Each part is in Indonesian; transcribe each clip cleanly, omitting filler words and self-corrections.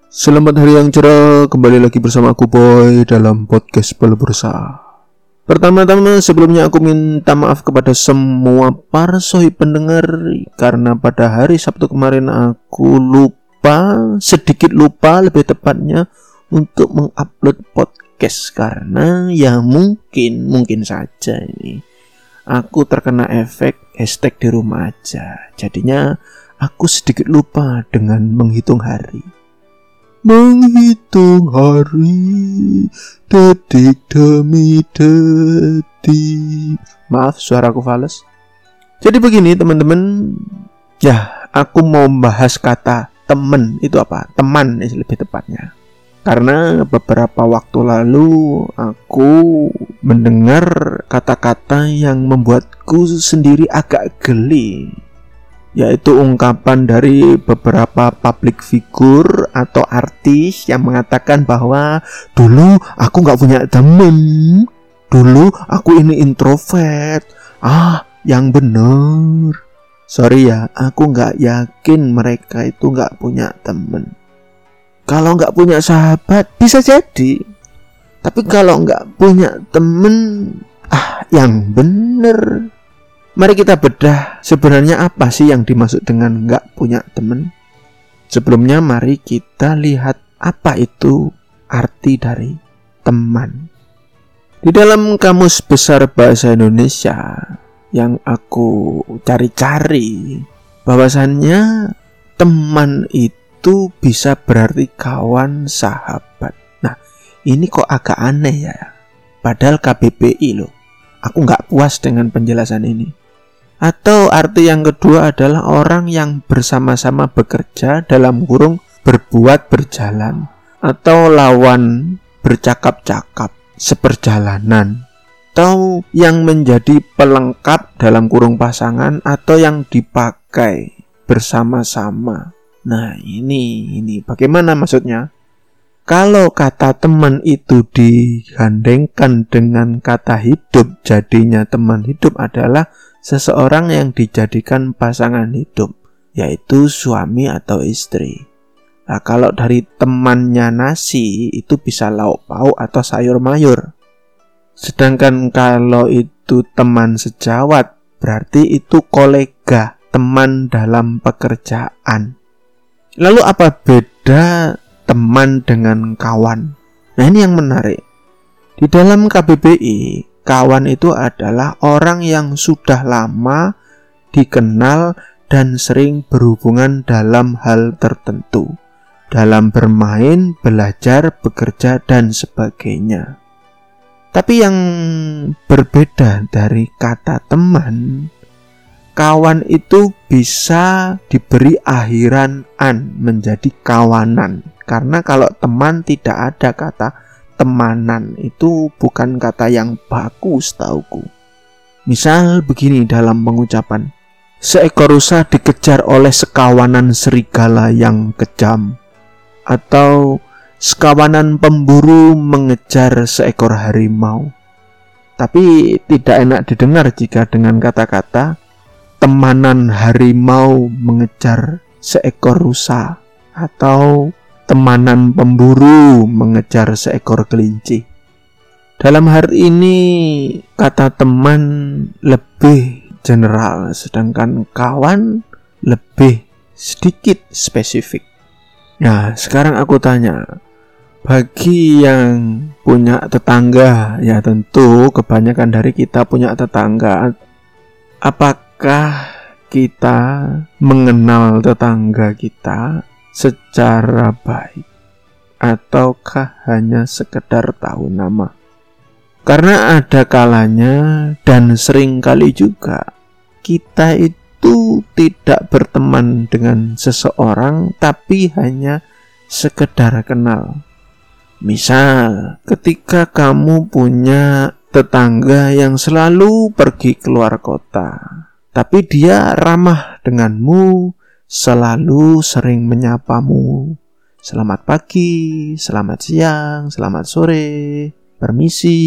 Selamat hari yang cerah, kembali lagi bersama aku Boy dalam podcast Balbursa. Pertama-tama sebelumnya aku minta maaf kepada semua para sohib pendengar karena pada hari Sabtu kemarin aku sedikit lupa lebih tepatnya untuk mengupload podcast karena ya mungkin saja ini aku terkena efek hashtag di rumah aja. Jadinya aku sedikit lupa dengan menghitung hari, detik demi detik. Maaf suaraku fales. Jadi begini teman-teman, ya aku mau membahas kata teman itu apa? Teman lebih tepatnya. Karena beberapa waktu lalu aku mendengar kata-kata yang membuatku sendiri agak geli, yaitu ungkapan dari beberapa public figure atau artis yang mengatakan bahwa dulu aku gak punya temen, dulu aku ini introvert. Yang bener, sorry ya, aku gak yakin mereka itu gak punya temen. Kalau gak punya sahabat bisa jadi, tapi kalau gak punya temen, yang bener. Mari kita bedah sebenarnya apa sih yang dimaksud dengan nggak punya teman. Sebelumnya mari kita lihat apa itu arti dari teman. Di dalam Kamus Besar Bahasa Indonesia yang aku cari-cari, bahwasannya teman itu bisa berarti kawan, sahabat. Nah, ini kok agak aneh ya. Padahal KBBI loh. Aku nggak puas dengan penjelasan ini. Atau arti yang kedua adalah orang yang bersama-sama bekerja dalam kurung berbuat berjalan, atau lawan bercakap-cakap seperjalanan, atau yang menjadi pelengkap dalam kurung pasangan atau yang dipakai bersama-sama. Nah ini bagaimana maksudnya? Kalau kata teman itu digandengkan dengan kata hidup, jadinya teman hidup adalah seseorang yang dijadikan pasangan hidup, yaitu suami atau istri. Nah, kalau dari temannya nasi itu bisa lauk pauk atau sayur mayur. Sedangkan kalau itu teman sejawat, berarti itu kolega, teman dalam pekerjaan. Lalu apa beda teman dengan kawan? Nah, ini yang menarik. Di dalam KBBI, kawan itu adalah orang yang sudah lama dikenal dan sering berhubungan dalam hal tertentu, dalam bermain, belajar, bekerja, dan sebagainya. Tapi yang berbeda dari kata teman, kawan itu bisa diberi akhiran an menjadi kawanan. Karena kalau teman tidak ada kata temanan, itu bukan kata yang bagus tauku. Misal begini dalam pengucapan, seekor rusa dikejar oleh sekawanan serigala yang kejam, atau sekawanan pemburu mengejar seekor harimau. Tapi tidak enak didengar jika dengan kata-kata temanan harimau mengejar seekor rusa, atau temanan pemburu mengejar seekor kelinci. Dalam hal ini kata teman lebih general, sedangkan kawan lebih sedikit spesifik. Nah, sekarang aku tanya, bagi yang punya tetangga, ya tentu kebanyakan dari kita punya tetangga, apakah kita mengenal tetangga kita secara baik, ataukah hanya sekedar tahu nama? Karena ada kalanya dan sering kali juga kita itu tidak berteman dengan seseorang tapi hanya sekedar kenal. Misal, ketika kamu punya tetangga yang selalu pergi keluar kota, tapi dia ramah denganmu, selalu sering menyapamu. Selamat pagi, selamat siang, selamat sore, permisi.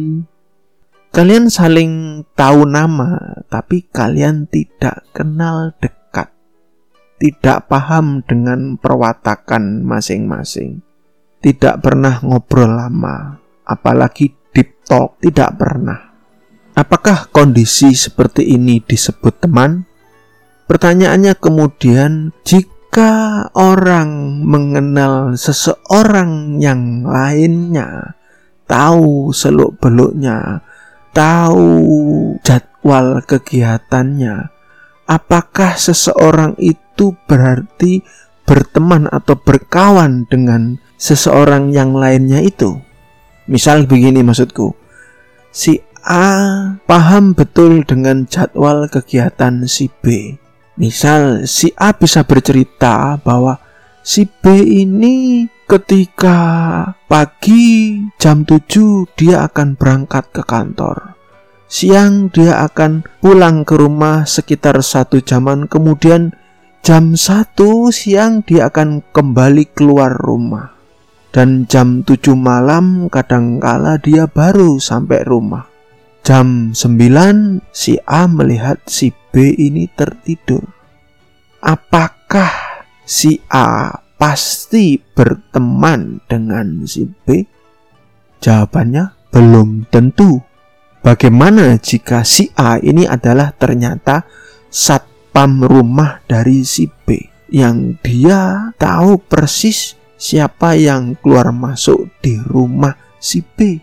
Kalian saling tahu nama, tapi kalian tidak kenal dekat. tidak paham dengan perwatakan masing-masing. Tidak pernah ngobrol lama, apalagi deep talk, tidak pernah. Apakah kondisi seperti ini disebut teman? Pertanyaannya kemudian, jika orang mengenal seseorang yang lainnya, tahu seluk-beluknya, tahu jadwal kegiatannya, apakah seseorang itu berarti berteman atau berkawan dengan seseorang yang lainnya itu? Misal begini maksudku, si A paham betul dengan jadwal kegiatan si B. Misal si A bisa bercerita bahwa si B ini ketika pagi jam 7 dia akan berangkat ke kantor. Siang dia akan pulang ke rumah sekitar 1 jaman, kemudian jam 1 siang dia akan kembali keluar rumah. Dan jam 7 malam kadangkala dia baru sampai rumah. Jam 9 si A melihat si B ini tertidur. Apakah si A pasti berteman dengan si B? Jawabannya belum tentu. Bagaimana jika si A ini adalah ternyata satpam rumah dari si B, yang dia tahu persis siapa yang keluar masuk di rumah si B?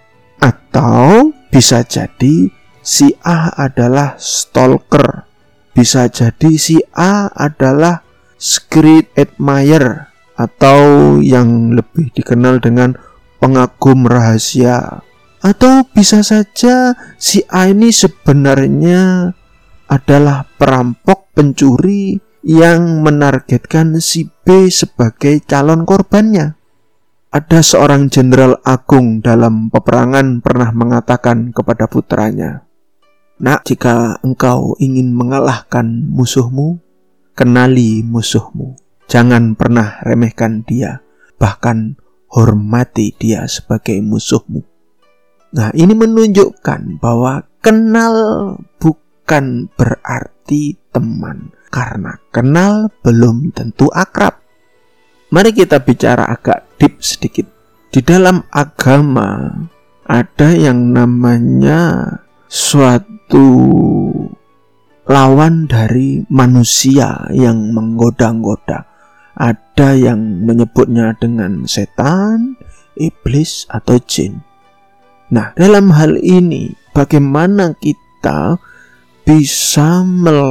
Atau bisa jadi si A adalah stalker. Bisa jadi si A adalah secret admirer, atau yang lebih dikenal dengan pengagum rahasia. Atau bisa saja si A ini sebenarnya adalah perampok pencuri yang menargetkan si B sebagai calon korbannya. Ada seorang jenderal agung dalam peperangan pernah mengatakan kepada putranya, "Nak, jika engkau ingin mengalahkan musuhmu, kenali musuhmu. Jangan pernah remehkan dia, bahkan hormati dia sebagai musuhmu." Nah, ini menunjukkan bahwa kenal bukan berarti teman, karena kenal belum tentu akrab. Mari kita bicara agak deep sedikit. Di dalam agama ada yang namanya suatu lawan dari manusia yang menggoda-goda. Ada yang menyebutnya dengan setan, iblis, atau jin. Nah, dalam hal ini bagaimana kita bisa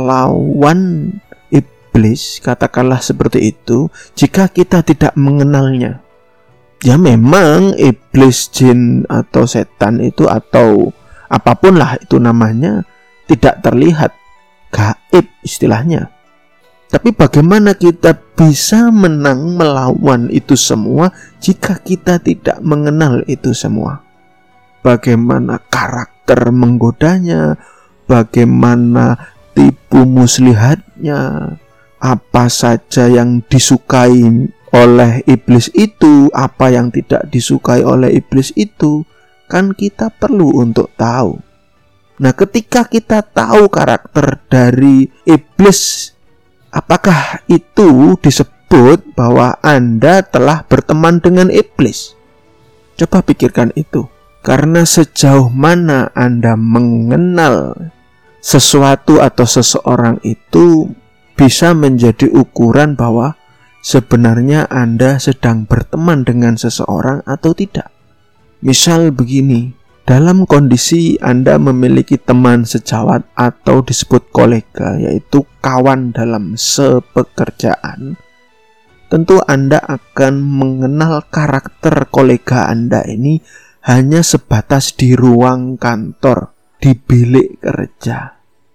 melawan iblis, katakanlah seperti itu, jika kita tidak mengenalnya? Ya memang iblis, jin, atau setan itu, atau apapun lah itu namanya, tidak terlihat, gaib istilahnya. Tapi bagaimana kita bisa menang melawan itu semua jika kita tidak mengenal itu semua? Bagaimana karakter menggodanya, bagaimana tipu muslihatnya, apa saja yang disukai oleh iblis itu, apa yang tidak disukai oleh iblis itu, kan kita perlu untuk tahu. Nah, ketika kita tahu karakter dari iblis, apakah itu disebut bahwa Anda telah berteman dengan iblis? Coba pikirkan itu. Karena sejauh mana Anda mengenal sesuatu atau seseorang itu bisa menjadi ukuran bahwa sebenarnya Anda sedang berteman dengan seseorang atau tidak. Misal begini, dalam kondisi Anda memiliki teman sejawat atau disebut kolega, yaitu kawan dalam sepekerjaan, tentu Anda akan mengenal karakter kolega Anda ini hanya sebatas di ruang kantor, di bilik kerja.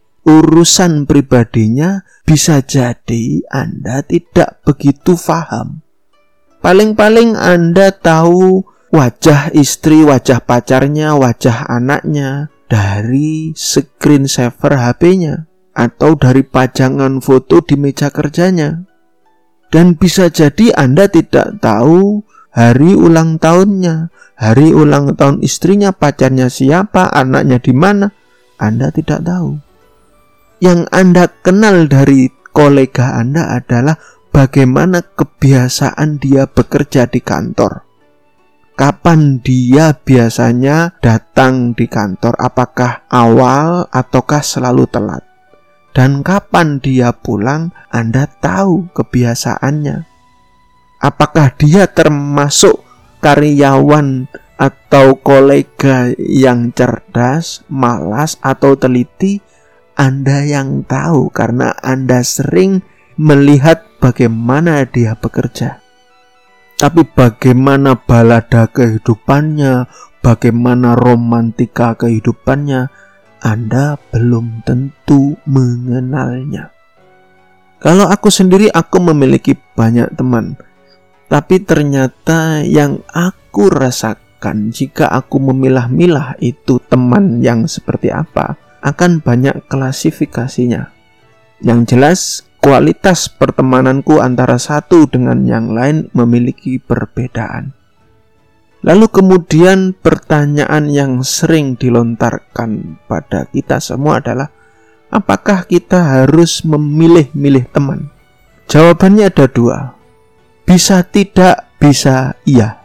Urusan pribadinya bisa jadi Anda tidak begitu paham. Paling-paling Anda tahu wajah istri, wajah pacarnya, wajah anaknya dari screensaver HP-nya atau dari pajangan foto di meja kerjanya. Dan bisa jadi Anda tidak tahu hari ulang tahunnya, hari ulang tahun istrinya, pacarnya siapa, anaknya di mana, Anda tidak tahu. Yang Anda kenal dari kolega Anda adalah bagaimana kebiasaan dia bekerja di kantor. Kapan dia biasanya datang di kantor, apakah awal ataukah selalu telat. Dan kapan dia pulang, Anda tahu kebiasaannya. Apakah dia termasuk karyawan atau kolega yang cerdas, malas, atau teliti? Anda yang tahu karena Anda sering melihat bagaimana dia bekerja. Tapi bagaimana balada kehidupannya, bagaimana romantika kehidupannya, Anda belum tentu mengenalnya. Kalau aku sendiri, aku memiliki banyak teman. Tapi ternyata yang aku rasakan jika aku memilah-milah itu teman yang seperti apa, akan banyak klasifikasinya. Yang jelas, kualitas pertemananku antara satu dengan yang lain memiliki perbedaan. Lalu kemudian pertanyaan yang sering dilontarkan pada kita semua adalah, apakah kita harus memilih-milih teman? Jawabannya ada dua. Bisa tidak, bisa iya.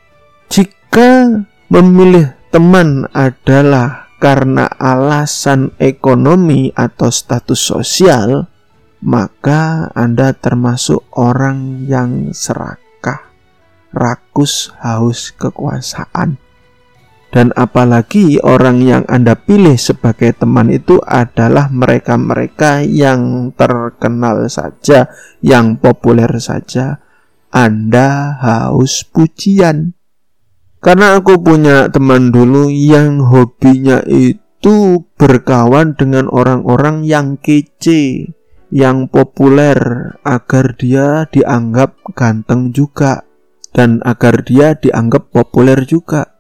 Jika memilih teman adalah karena alasan ekonomi atau status sosial, maka Anda termasuk orang yang serakah, rakus, haus kekuasaan. Dan apalagi orang yang Anda pilih sebagai teman itu adalah mereka-mereka yang terkenal saja, yang populer saja. Anda haus pujian. Karena aku punya teman dulu yang hobinya itu berkawan dengan orang-orang yang kece, yang populer, agar dia dianggap ganteng juga dan agar dia dianggap populer juga.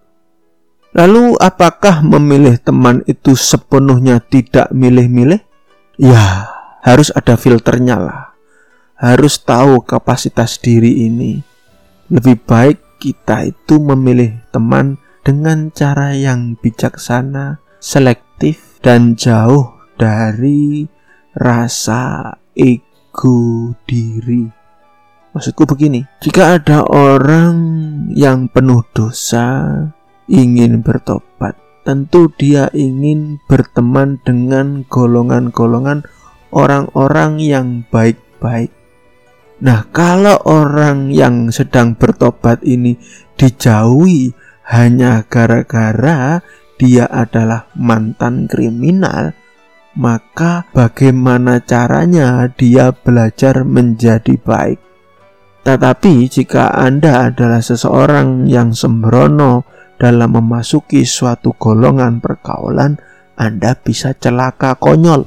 Lalu apakah memilih teman itu sepenuhnya tidak milih-milih? Ya, harus ada filternya lah. Harus tahu kapasitas diri ini. Lebih baik kita itu memilih teman dengan cara yang bijaksana, selektif, dan jauh dari rasa ego diri. Maksudku begini, jika ada orang yang penuh dosa ingin bertobat, tentu dia ingin berteman dengan golongan-golongan orang-orang yang baik-baik. Nah, kalau orang yang sedang bertobat ini dijauhi hanya gara-gara dia adalah mantan kriminal, maka bagaimana caranya dia belajar menjadi baik? Tetapi jika Anda adalah seseorang yang sembrono dalam memasuki suatu golongan pergaulan, Anda bisa celaka konyol.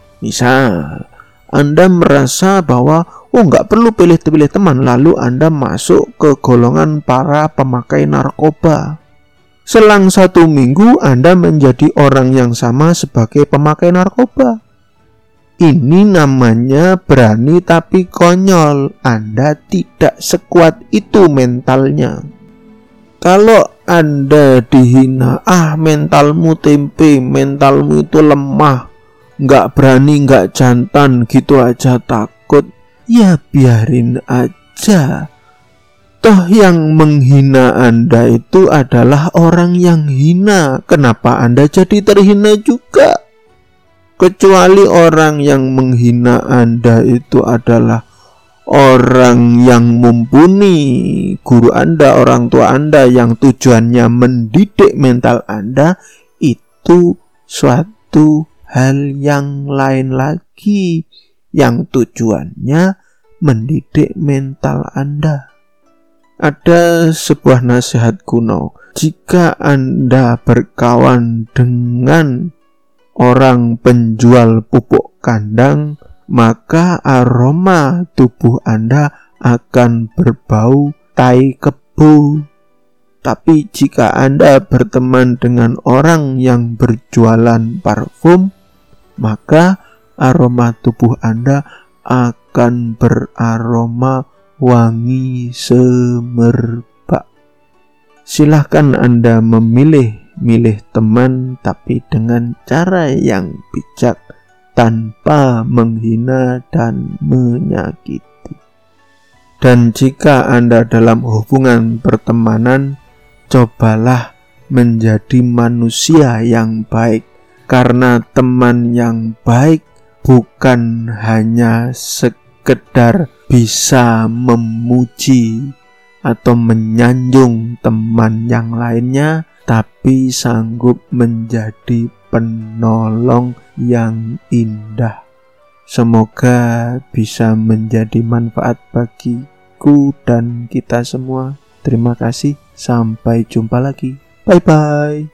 Misal, Anda merasa bahwa nggak perlu pilih-pilih teman, lalu Anda masuk ke golongan para pemakai narkoba. Selang 1 minggu Anda menjadi orang yang sama sebagai pemakai narkoba. Ini namanya berani tapi konyol. Anda tidak sekuat itu mentalnya. Kalau Anda dihina, mentalmu tempe, mentalmu itu lemah, nggak berani, nggak jantan, gitu aja takut, ya biarin aja. Toh yang menghina Anda itu adalah orang yang hina. Kenapa Anda jadi terhina juga? Kecuali orang yang menghina Anda itu adalah orang yang mumpuni, guru Anda, orang tua Anda yang tujuannya mendidik mental Anda, itu suatu hal yang lain lagi, yang tujuannya mendidik mental Anda. Ada sebuah nasihat kuno, jika Anda berkawan dengan orang penjual pupuk kandang, maka aroma tubuh Anda akan berbau tai kebo. Tapi jika Anda berteman dengan orang yang berjualan parfum, maka aroma tubuh Anda akan beraroma wangi semerbak. Silahkan Anda memilih teman, tapi dengan cara yang bijak tanpa menghina dan menyakiti. Dan jika Anda dalam hubungan pertemanan, cobalah menjadi manusia yang baik, karena teman yang baik bukan hanya sekedar bisa memuji atau menyanjung teman yang lainnya, tapi sanggup menjadi penolong yang indah. Semoga bisa menjadi manfaat bagiku dan kita semua. Terima kasih, sampai jumpa lagi. Bye-bye.